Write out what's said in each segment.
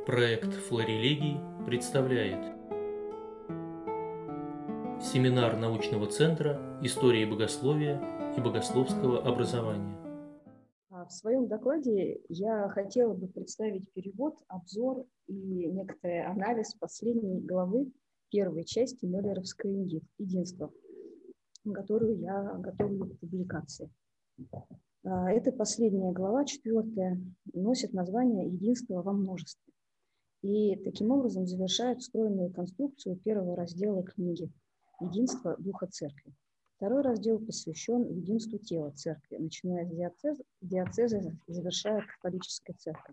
Проект «Флорелегий» представляет семинар научного центра истории богословия и богословского образования. В своем докладе я хотела бы представить перевод, обзор и некоторый анализ последней главы первой части Мюллеровского единства, которую я готовлю к публикации. Эта последняя глава, 4, носит название «Единство во множестве» и таким образом завершает встроенную конструкцию первого раздела книги «Единство Духа Церкви». Второй раздел посвящен единству тела Церкви, начиная с диацеза и завершая католической церкви.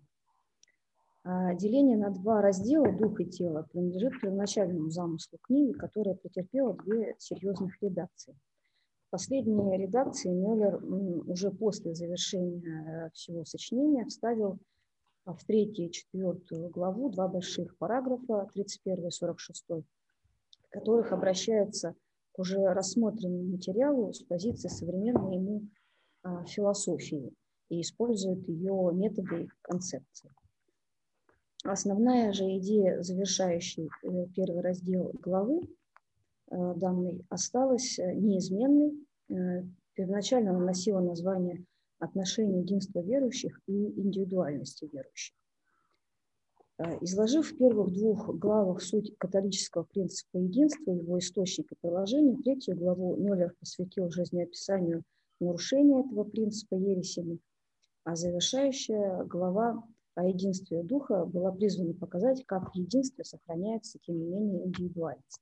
Деление на два раздела «Дух» и «Тело» принадлежит первоначальному замыслу книги, которая претерпела 2 серьезных редакции. В последней редакции Мюллер уже после завершения всего сочинения вставил в 3 и 4 главу 2 больших параграфа, 31 и 46, в которых обращается к уже рассмотренному материалу с позиции современной ему философии и использует ее методы и концепции. Основная же идея, завершающей первый раздел главы данной, осталась неизменной. Первоначально она носила название «Отношение единства верующих и индивидуальности верующих». Изложив в первых 2 главах суть католического принципа единства, его источник и приложение, 3 главу Мюллер посвятил жизнеописанию нарушения этого принципа ересями, а завершающая глава о единстве Духа была призвана показать, как в единстве сохраняется, тем не менее, индивидуальность.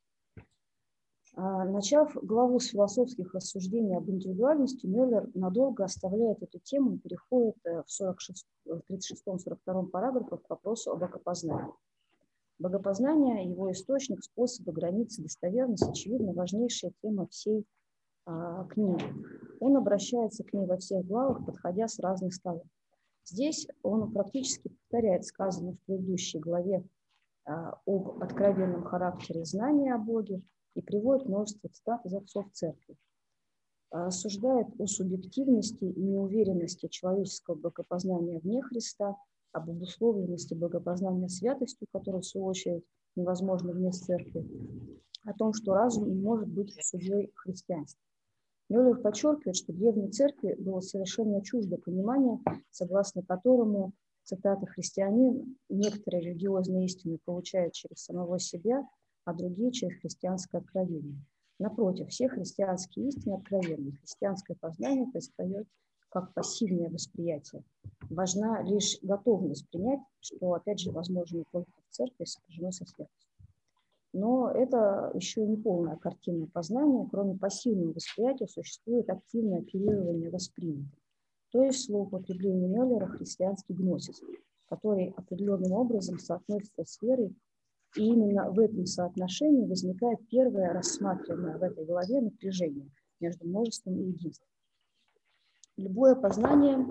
Начав главу с философских рассуждений об индивидуальности, Мюллер надолго оставляет эту тему и переходит в 36-42 параграфах к вопросу о богопознании. Богопознание, его источник, способы, границы, достоверность, очевидно, важнейшая тема всей книги. Он обращается к ней во всех главах, подходя с разных сторон. Здесь он практически повторяет сказанное в предыдущей главе об откровенном характере знания о Боге и приводит множество цитат из отцов церкви. Рассуждает о субъективности и неуверенности человеческого богопознания вне Христа, об обусловленности богопознания святостью, которая, в свою очередь, невозможна вне церкви, о том, что разум не может быть судьей христианства. Мюллер подчеркивает, что древней церкви было совершенно чуждо понимание, согласно которому, цитата, «христианин некоторые религиозные истины получает через самого себя, а другие через христианское откровение». Напротив, все христианские истины откровенны. Христианское познание предстает как пассивное восприятие. Важна лишь готовность принять, что, опять же, возможно только в церкви, сопряжено со святостью. Но это еще не полная картина познания. Кроме пассивного восприятия существует активное оперирование восприятием, то есть злоупотребление Мюллера христианский гносис, который определенным образом соотносится с верой. И именно в этом соотношении возникает первое рассматриваемое в этой главе напряжение между множеством и единством. Любое познание,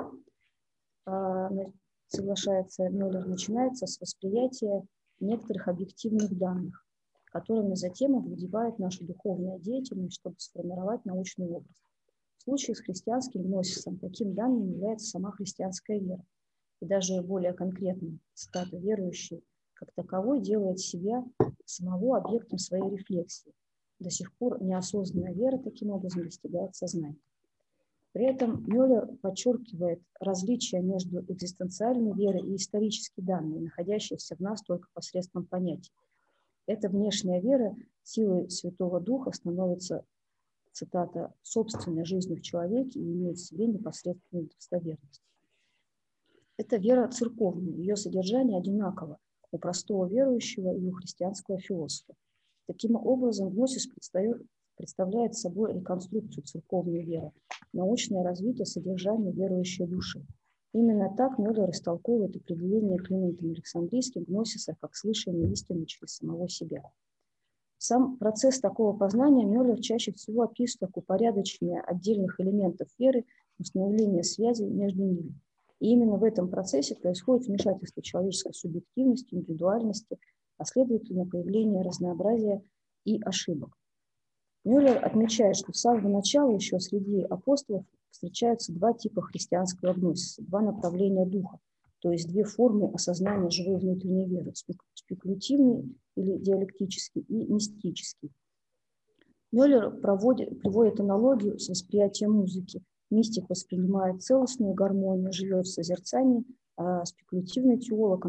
соглашается Мюллер, начинается с восприятия некоторых объективных данных, которыми затем овладевает наша духовная деятельность, чтобы сформировать научный образ. В случае с христианским гносисом таким данным является сама христианская вера. И даже более конкретно, цитата, «верующий как таковой делает себя самого объектом своей рефлексии. До сих пор неосознанная вера таким образом достигает сознания». При этом Мюллер подчеркивает различия между экзистенциальной верой и исторически данной, находящейся в нас только посредством понятий. Эта внешняя вера силой Святого Духа становится, цитата, «собственной жизнью в человеке и имеет в себе непосредственную достоверность». Это вера церковная, ее содержание одинаково у простого верующего и у христианского философа. Таким образом, гносис представляет собой реконструкцию церковной веры, научное развитие содержания верующей души. Именно так Мюллер истолковывает определение Климентом Александрийским гносиса как слышание истины через самого себя. Сам процесс такого познания Мюллер чаще всего описывает как упорядочение отдельных элементов веры, установление связи между ними. И именно в этом процессе происходит вмешательство человеческой субъективности, индивидуальности, а следовательно появление разнообразия и ошибок. Мюллер отмечает, что с самого начала еще среди апостолов встречаются 2 типа христианского гносиса, 2 направления духа. то есть две формы осознания живой внутренней веры, спекулятивный или диалектический и мистический. Мюллер приводит аналогию с восприятием музыки. Мистик воспринимает целостную гармонию, живет в созерцании, а спекулятивный теолог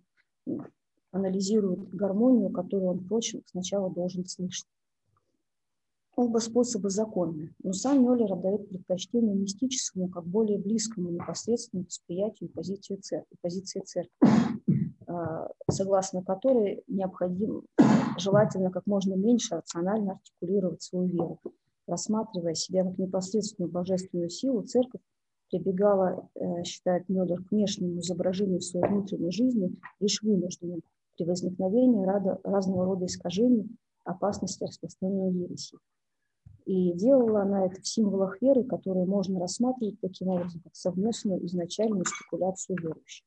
анализирует гармонию, которую он, впрочем, сначала должен слышать. Оба способа законны, но сам Мюллер отдает предпочтение мистическому как более близкому непосредственному восприятию позиции церкви, согласно которой необходимо, желательно как можно меньше рационально артикулировать свою веру. Рассматривая себя как непосредственную божественную силу, церковь прибегала, считает Мюллер, к внешнему изображению в своей внутренней жизни лишь вынужденным при возникновении разного рода искажений, опасности распространения ереси. И делала она это в символах веры, которые можно рассматривать таким образом, как совместную изначальную спекуляцию верующих.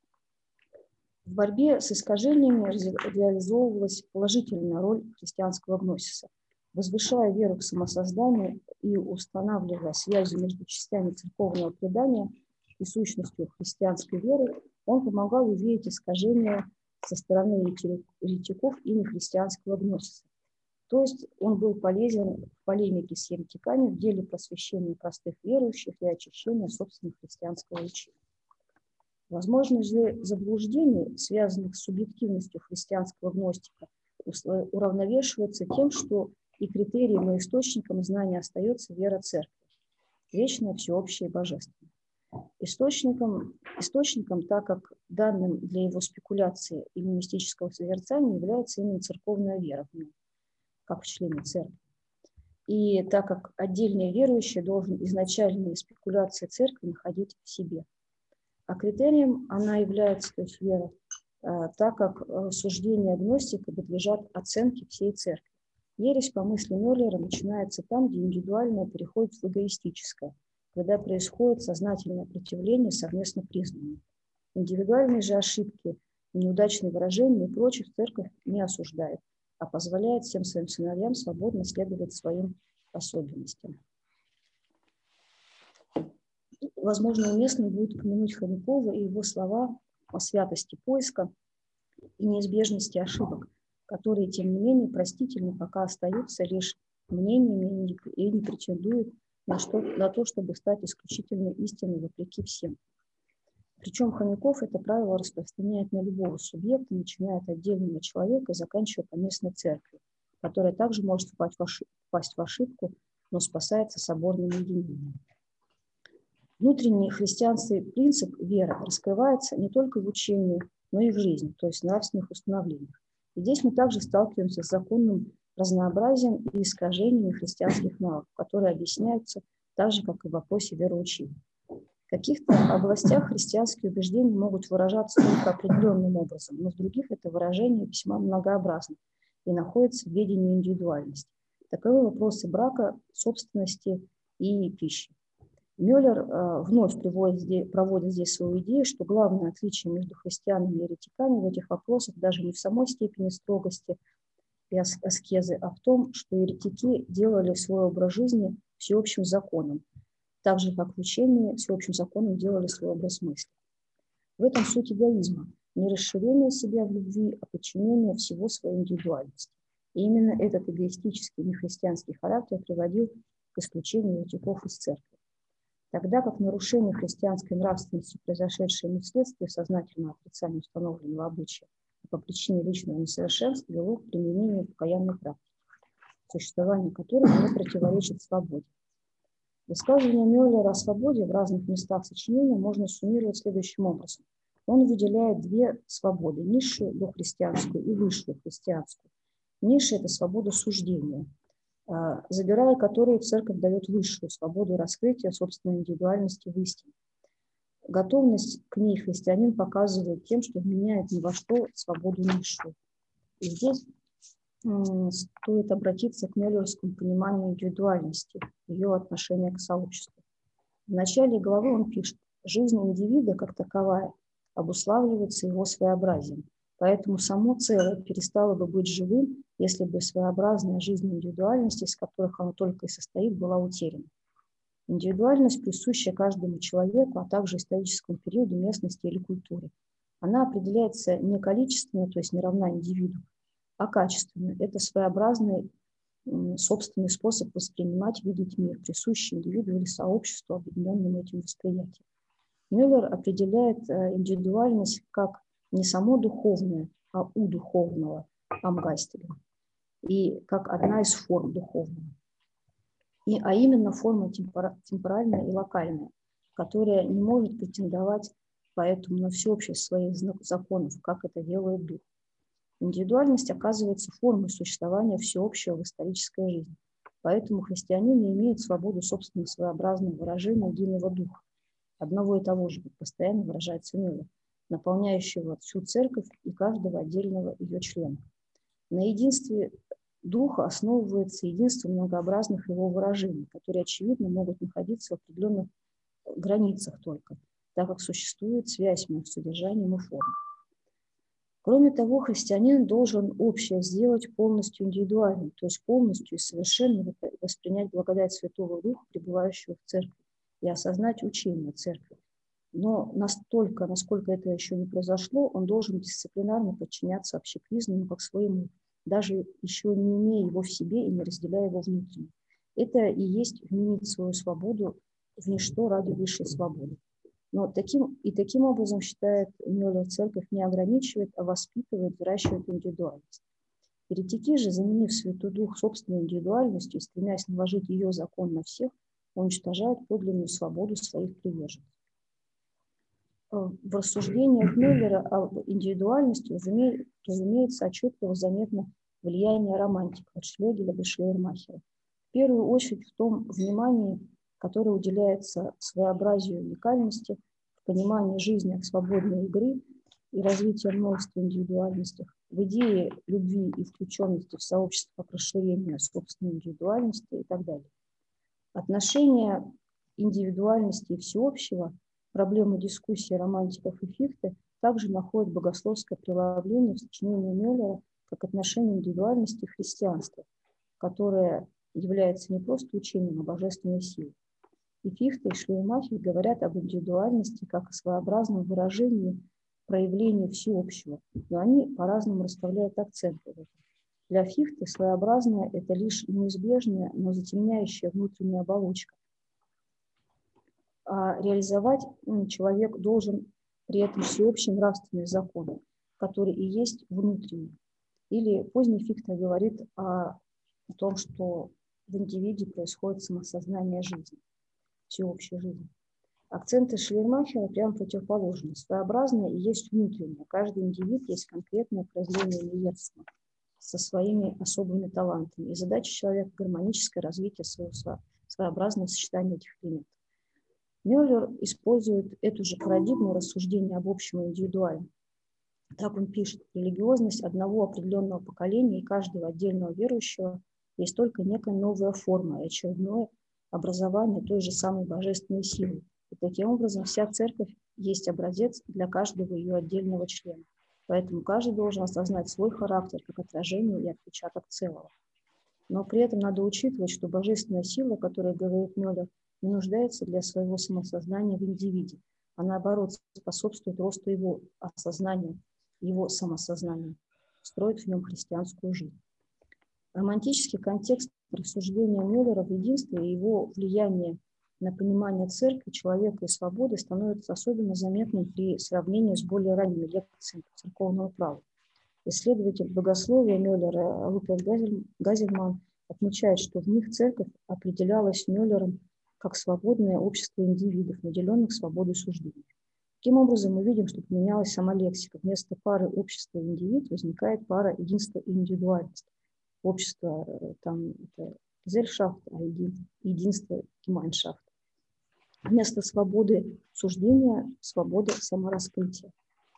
В борьбе с искажениями реализовывалась положительная роль христианского гносиса. Возвышая веру к самосозданию и устанавливая связи между частями церковного предания и сущностью христианской веры, он помогал увидеть искажения со стороны еретиков и нехристианского гносиса. То есть он был полезен в полемике с еретиками в деле просвещения простых верующих и очищения собственного христианского учения. Возможность же заблуждений, связанных с субъективностью христианского гностика, уравновешивается тем, что и критерием, и источником знания остается вера церкви, вечная, всеобщая и божественная. Источником, так как данным для его спекуляции или мистического созерцания является именно церковная вера в нем, как в члене церкви. И так как отдельный верующий должен изначальные спекуляции церкви находить в себе. А критерием она является, то есть вера, так как суждения гностика подлежат оценке всей церкви. Ересь, по мысли Мюллера, начинается там, где индивидуальное переходит в эгоистическое, когда происходит сознательное противление совместно признанному. Индивидуальные же ошибки, неудачные выражения и прочих церковь не осуждает, а позволяет всем своим сыновьям свободно следовать своим особенностям. Возможно, уместно будет упомянуть Хомякова и его слова о святости поиска и неизбежности ошибок, которые, тем не менее, простительны, пока остаются лишь мнениями и не претендуют на то, чтобы стать исключительной истиной вопреки всем. Причем Хомяков это правило распространяет на любого субъекта, начиная от отдельного человека и заканчивая поместной церкви, которая также может впасть в ошибку, но спасается соборным единением. Внутренний христианский принцип веры раскрывается не только в учении, но и в жизни, то есть в нравственных установлениях. И здесь мы также сталкиваемся с законным разнообразием и искажениями христианских навыков, которые объясняются так же, как и в вопросе вероучения. В каких-то областях христианские убеждения могут выражаться только определенным образом, но в других это выражение весьма многообразно и находится в ведении индивидуальности. Таковы вопросы брака, собственности и пищи. Мюллер вновь проводит здесь свою идею, что главное отличие между христианами и еретиками в этих вопросах даже не в самой степени строгости и аскезы, а в том, что еретики делали свой образ жизни всеобщим законом, так же, как в учении всеобщим законом делали свой образ мысли. В этом суть эгоизма – не расширение себя в любви, а подчинение всего своей индивидуальности. И именно этот эгоистический нехристианский характер приводил к исключению еретиков из церкви. Тогда как нарушение христианской нравственности, произошедшее не вследствие сознательного отрицания установленного обычая, а по причине личного несовершенства, вело к применению покаянной практики, существование которой не противоречит свободе. Высказывание Мюллера о свободе в разных местах сочинения можно суммировать следующим образом. Он выделяет две свободы – низшую дохристианскую и высшую христианскую. Низшая – это свобода суждения, забирая которую церковь дает высшую свободу раскрытия собственной индивидуальности в истине. Готовность к ней христианин показывает тем, что вменяет ни во что свободу низшую. И здесь стоит обратиться к мюллеровскому пониманию индивидуальности, ее отношения к сообществу. В начале главы он пишет: «Жизнь индивида как таковая обуславливается его своеобразием, поэтому само целое перестало бы быть живым, если бы своеобразная жизнь индивидуальности, из которых оно только и состоит, была утеряна. Индивидуальность, присущая каждому человеку, а также историческому периоду, местности или культуре. Она определяется не количественно, то есть не равна индивиду, а качественно. Это своеобразный собственный способ воспринимать, видеть мир, присущий индивиду или сообществу, объединенному этим восприятием. Мюллер определяет индивидуальность как не само духовное, а у духовного Амгастеля, и как одна из форм духовного. А именно форма темпоральная и локальная, которая не может претендовать поэтому на всеобщесть своих законов, как это делает дух. Индивидуальность оказывается формой существования всеобщего в исторической жизни. Поэтому христианин не имеет свободу собственного своеобразного выражения единого духа, одного и того же, как постоянно выражается Мюллер, наполняющего всю церковь и каждого отдельного ее члена. На единстве духа основывается единство многообразных его выражений, которые, очевидно, могут находиться в определенных границах только, так как существует связь между содержанием и формой. Кроме того, христианин должен общее сделать полностью индивидуальным, то есть полностью и совершенно воспринять благодать Святого Духа, пребывающего в церкви, и осознать учение церкви. Но настолько, насколько это еще не произошло, он должен дисциплинарно подчиняться общепризнанному как своему, даже еще не имея его в себе и не разделяя его внутренне. Это и есть вменить свою свободу в ничто ради высшей свободы. Но таким образом, считает Мюллер, церковь не ограничивает, а воспитывает, выращивает индивидуальность. Еретики же, заменив Святой Дух собственной индивидуальностью и стремясь наложить ее закон на всех, уничтожают подлинную свободу своих приверженцев. В рассуждениях Мюллера об индивидуальности, разумеется, отчетливо заметно влияние романтиков от Шлегеля до Шлейермахера. В первую очередь в том внимании, которое уделяется своеобразию и уникальности, в понимании жизни как свободной игры и развития множества индивидуальностей, в идее любви и включенности в сообщество как расширение собственной индивидуальности и так далее. Отношение индивидуальности и всеобщего, проблему дискуссии романтиков и Фихте, также находит богословское преломление в сочинении Мюллера как отношение индивидуальности и христианства, которое является не просто учением, а божественной силой. И Фихте, и Шлейермахер говорят об индивидуальности как о своеобразном выражении, проявлении всеобщего, но они по-разному расставляют акценты. Для Фихте своеобразное – это лишь неизбежная, но затемняющая внутренняя оболочка. А реализовать человек должен при этом всеобщий нравственный закон, который и есть внутренний. Или поздний Фихте говорит о том, что в индивиде происходит самосознание жизни, всеобщей жизни. Акценты Шлейермахера прямо противоположны. Своеобразное и есть внутреннее. Каждый индивид есть конкретное проявление неведства со своими особыми талантами. И задача человека – гармоническое развитие своего своеобразного сочетания этих элементов. Мюллер использует эту же парадигму рассуждения об общем и индивидуальном. Так он пишет: религиозность одного определенного поколения и каждого отдельного верующего есть только некая новая форма и очередное образование той же самой божественной силы. И таким образом вся церковь есть образец для каждого ее отдельного члена. Поэтому каждый должен осознать свой характер как отражение и отпечаток целого. Но при этом надо учитывать, что божественная сила, о которой говорит Мюллер, не нуждается для своего самосознания в индивиде, а наоборот способствует росту его осознания, его самосознания, строит в нем христианскую жизнь. Романтический контекст рассуждения Мюллера в единстве и его влияние на понимание церкви, человека и свободы становится особенно заметным при сравнении с более ранними лекциями церковного права. Исследователь богословия Мюллера Лупер Газельман отмечает, что в них церковь определялась Мюллером как свободное общество индивидов, наделенных свободой суждений. Таким образом, мы видим, что поменялась сама лексика. Вместо пары общества и индивид возникает пара единства и индивидуальность. Общество там это Gesellschaft, а единство Gemeinschaft. Вместо свободы суждения – свобода самораскрытия.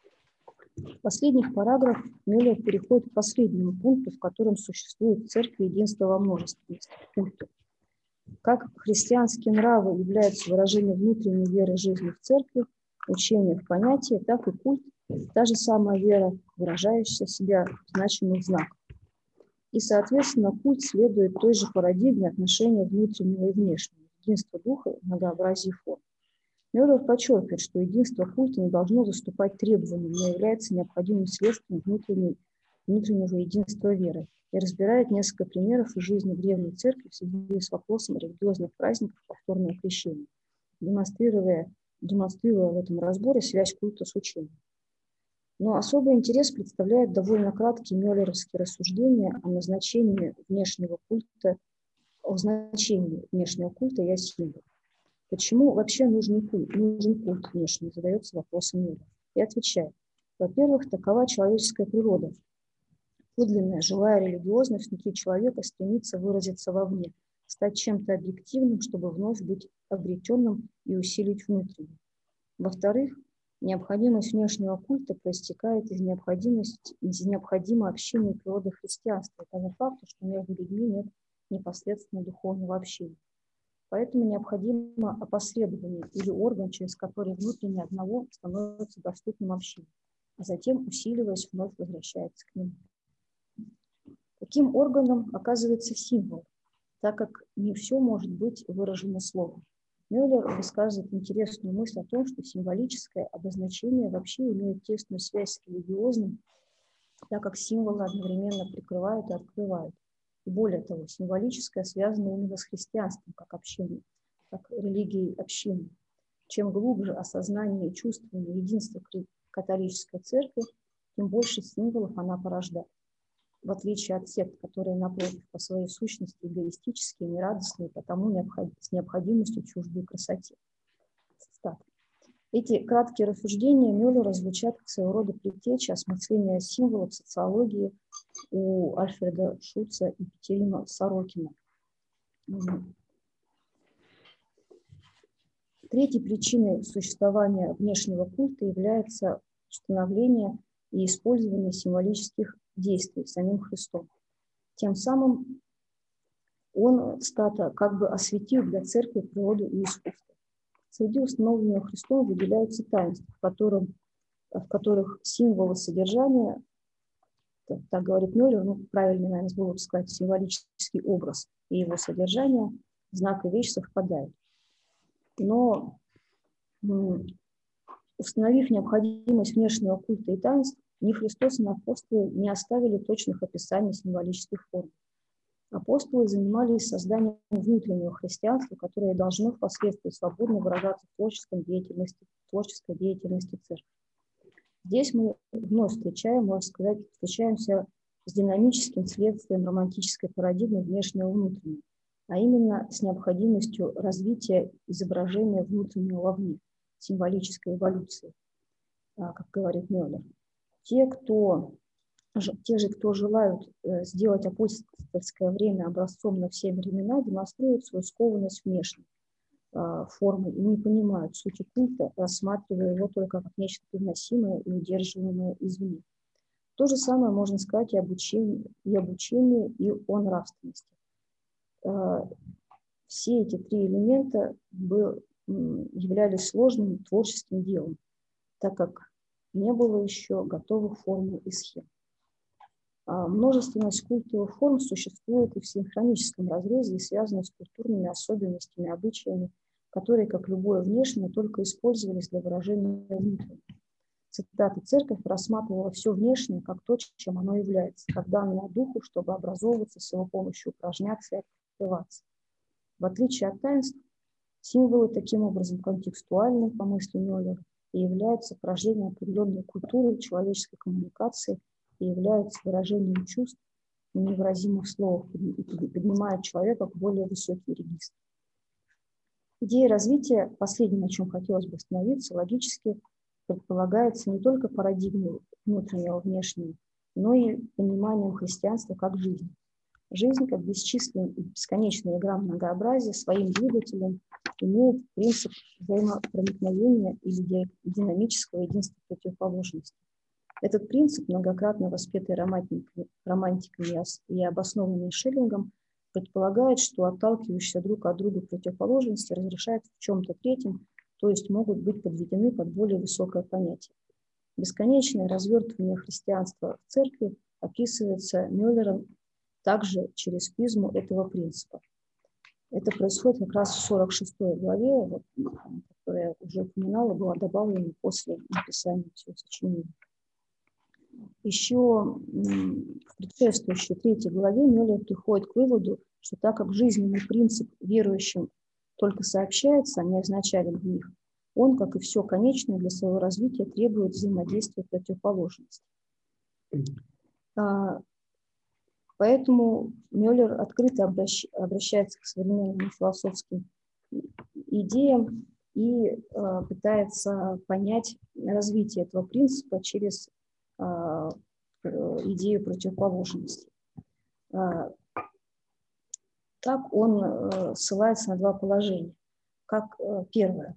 В последних параграфах Мюллер переходит к последнему пункту, в котором существует в церкви единство во множестве пунктов. Как христианские нравы являются выражением внутренней веры жизни в церкви, учения в понятии, так и культ, та же самая вера, выражающая себя в значимых знаках. И, соответственно, культ следует той же парадигме отношения внутреннего и внешнего. единство духа и многообразие форм. Мюллер подчеркивает, что единство культа не должно выступать требованием, но является необходимым следствием внутреннего единства веры, и разбирает несколько примеров из жизни Древней Церкви в связи с вопросом религиозных праздников повторного крещения, демонстрируя в этом разборе связь культа с учением. Но особый интерес представляет довольно краткие мюллеровские рассуждения о значении внешнего культа и о символах. Почему вообще нужен культ внешний, задается вопросом Мюллер. И отвечает: во-первых, такова человеческая природа. Подлинная, живая религиозность внутри человека стремится выразиться вовне, стать чем-то объективным, чтобы вновь быть обретенным и усилить внутреннее. Во-вторых, необходимость внешнего культа проистекает из необходимого общения природы христианства, того факта, что между людьми нет непосредственно духовного общения. Поэтому необходимо опосредование или орган, через который внутреннее одного становится доступным общению, а затем, усиливаясь, вновь возвращается к нему. Таким органом оказывается символ, так как не все может быть выражено словом. Мюллер высказывает интересную мысль о том, что символическое обозначение вообще имеет тесную связь с религиозным, так как символы одновременно прикрывают и открывают. И более того, символическое связано именно с христианством, как общением, как религией общины. Чем глубже осознание и чувствование единства католической церкви, тем больше символов она порождает. В отличие от сект, которые, напротив, по своей сущности эгоистические, нерадостные, потому с необходимостью чуждой красоте. Цитата. Эти краткие рассуждения Мюллера звучат как своего рода предтеча осмысления символов социологии у Альфреда Шуца и Петерима Сорокина. Третьей причиной существования внешнего культа является установление и использование символических действий самим Христом. Тем самым он, цитата, как бы осветил для церкви природу и искусство. Среди установленного Христом выделяются таинства, в которых символы содержания, так говорит Мюллер, правильно, наверное, было бы сказать, символический образ и его содержание, знак и вещь совпадают. Но, установив необходимость внешнего культа и таинств, ни Христос, ни апостолы не оставили точных описаний символических форм. Апостолы занимались созданием внутреннего христианства, которое должно впоследствии свободно выражаться в творческой деятельности церкви. Здесь мы вновь встречаемся с динамическим следствием романтической парадигмы внешнего и внутреннего, а именно с необходимостью развития изображения внутреннего вовне, символической эволюции, как говорит Мюллер. Те же, кто желают сделать апостольское время образцом на все времена, демонстрируют свою скованность внешней формы и не понимают сути культа, рассматривая его только как нечто привносимое и удерживаемое извне. То же самое можно сказать и об учении, и о нравственности. Все эти три элемента являлись сложным творческим делом, так как не было еще готовых формул и схем. Множественность культовых форм существует и в синхроническом разрезе и связана с культурными особенностями, обычаями, которые, как любое внешнее, только использовались для выражения внутреннего. Цитата: «Церковь рассматривала все внешнее как то, чем оно является, как данное духу, чтобы образовываться с его помощью, упражняться и открываться». В отличие от таинств, символы таким образом контекстуальны, по мысли Мюллера, и являются порождением определенной культуры человеческой коммуникации и являются выражением чувств невыразимых слов и поднимают человека к более высокий регистр. Идея развития, последнее, на чем хотелось бы остановиться, логически предполагается не только парадигмой внутреннего внешнего, но и пониманием христианства как жизни. Жизнь, как бесчисленная и бесконечная игра многообразия, своим двигателем имеет принцип взаимопроникновения или динамического единства противоположностей. Этот принцип, многократно воспетый романтиками и обоснованный Шеллингом, предполагает, что отталкивающиеся друг от друга противоположности разрешаются в чем-то третьем, то есть могут быть подведены под более высокое понятие. Бесконечное развертывание христианства в церкви описывается Мюллером также через призму этого принципа. Это происходит как раз в 46 главе, вот, которую я уже упоминала, была добавлена после написания всего сочинения. Еще в предшествующей 3 главе Мюллер приходит к выводу, что так как жизненный принцип верующим только сообщается, а не изначален в них, он, как и все конечное для своего развития, требует взаимодействия противоположностей. Поэтому Мюллер открыто обращается к современным философским идеям и пытается понять развитие этого принципа через идею противоположности. Так он ссылается на 2 положения. Как первое,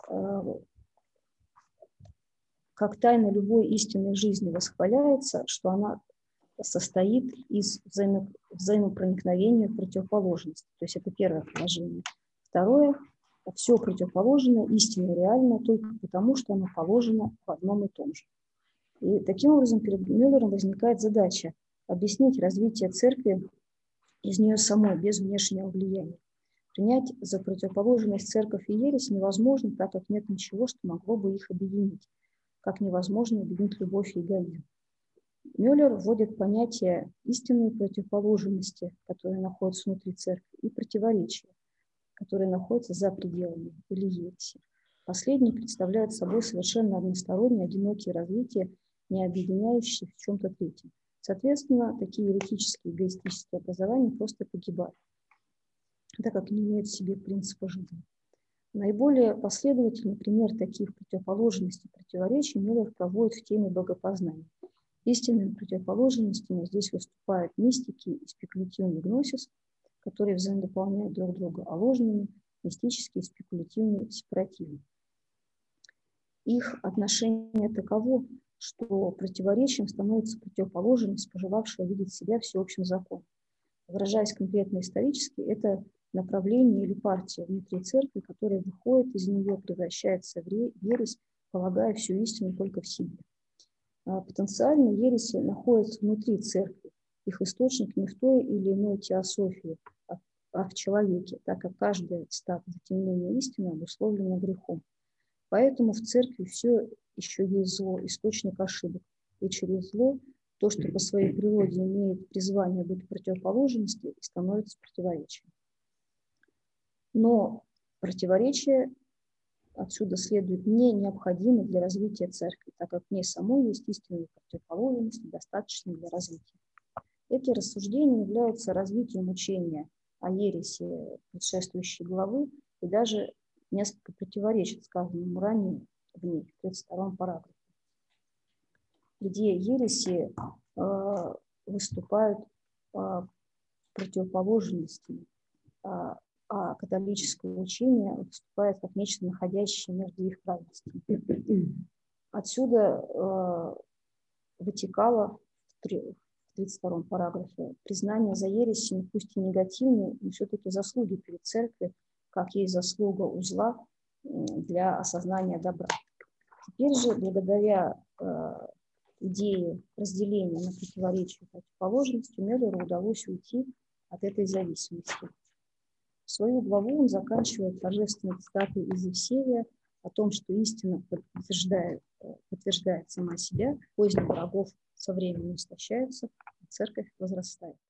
как тайна любой истинной жизни восхваляется, что она состоит из взаимопроникновения противоположностей. То есть это первое положение. Второе, все противоположное истинно реально только потому, что оно положено в одном и том же. И таким образом перед Мюллером возникает задача объяснить развитие церкви из нее самой, без внешнего влияния. Принять за противоположность церковь и ересь невозможно, так как нет ничего, что могло бы их объединить, как невозможно объединить любовь и эгоизм. Мюллер вводит понятие истинной противоположности, которые находятся внутри церкви, и противоречия, которые находятся за пределами или ереси. Последние представляют собой совершенно односторонние, одинокие развития, не объединяющие в чем-то третьем. Соответственно, такие еретические, эгоистические образования просто погибают, так как не имеют в себе принципа жизни. Наиболее последовательный пример таких противоположностей и противоречий Мюллер проводит в теме богопознания. Истинными противоположностями здесь выступают мистики и спекулятивный гносис, которые взаимодополняют друг друга, а ложными – мистические, спекулятивные, сепаративные. Их отношение таково, что противоречием становится противоположность, пожелавшая видеть себя всеобщим законом. Выражаясь конкретно исторически, это направление или партия внутри церкви, которая выходит из нее, превращается в ересь, полагая всю истину только в себе. Потенциально ереси находятся внутри церкви. Их источник не в той или иной теософии, а в человеке, так как каждый этап затемнения истины обусловлен грехом. Поэтому в церкви все еще есть зло, источник ошибок. И через зло то, что по своей природе имеет призвание быть противоположностью, и становится противоречием. Но противоречие отсюда следует не необходимо для развития церкви, так как в ней самой есть истинные противоположности, достаточные для развития. Эти рассуждения являются развитием учения о ереси предшествующей главы и даже несколько противоречит сказанному ранее в ней, в 32 параграфе, где ереси выступают противоположностями, а католическое учение выступает как нечто, находящее между их крайностями. Отсюда вытекало в 32 параграфе признание за ересью, пусть и негативные, но все-таки заслуги перед церковью, как есть заслуга узла для осознания добра. Теперь же, благодаря идее разделения на противоречие и противоположности, Мюллеру удалось уйти от этой зависимости. Свою главу он заканчивает торжественной цитатой из Евсевия о том, что истина подтверждает сама себя, козни врагов со временем истощаются, а церковь возрастает.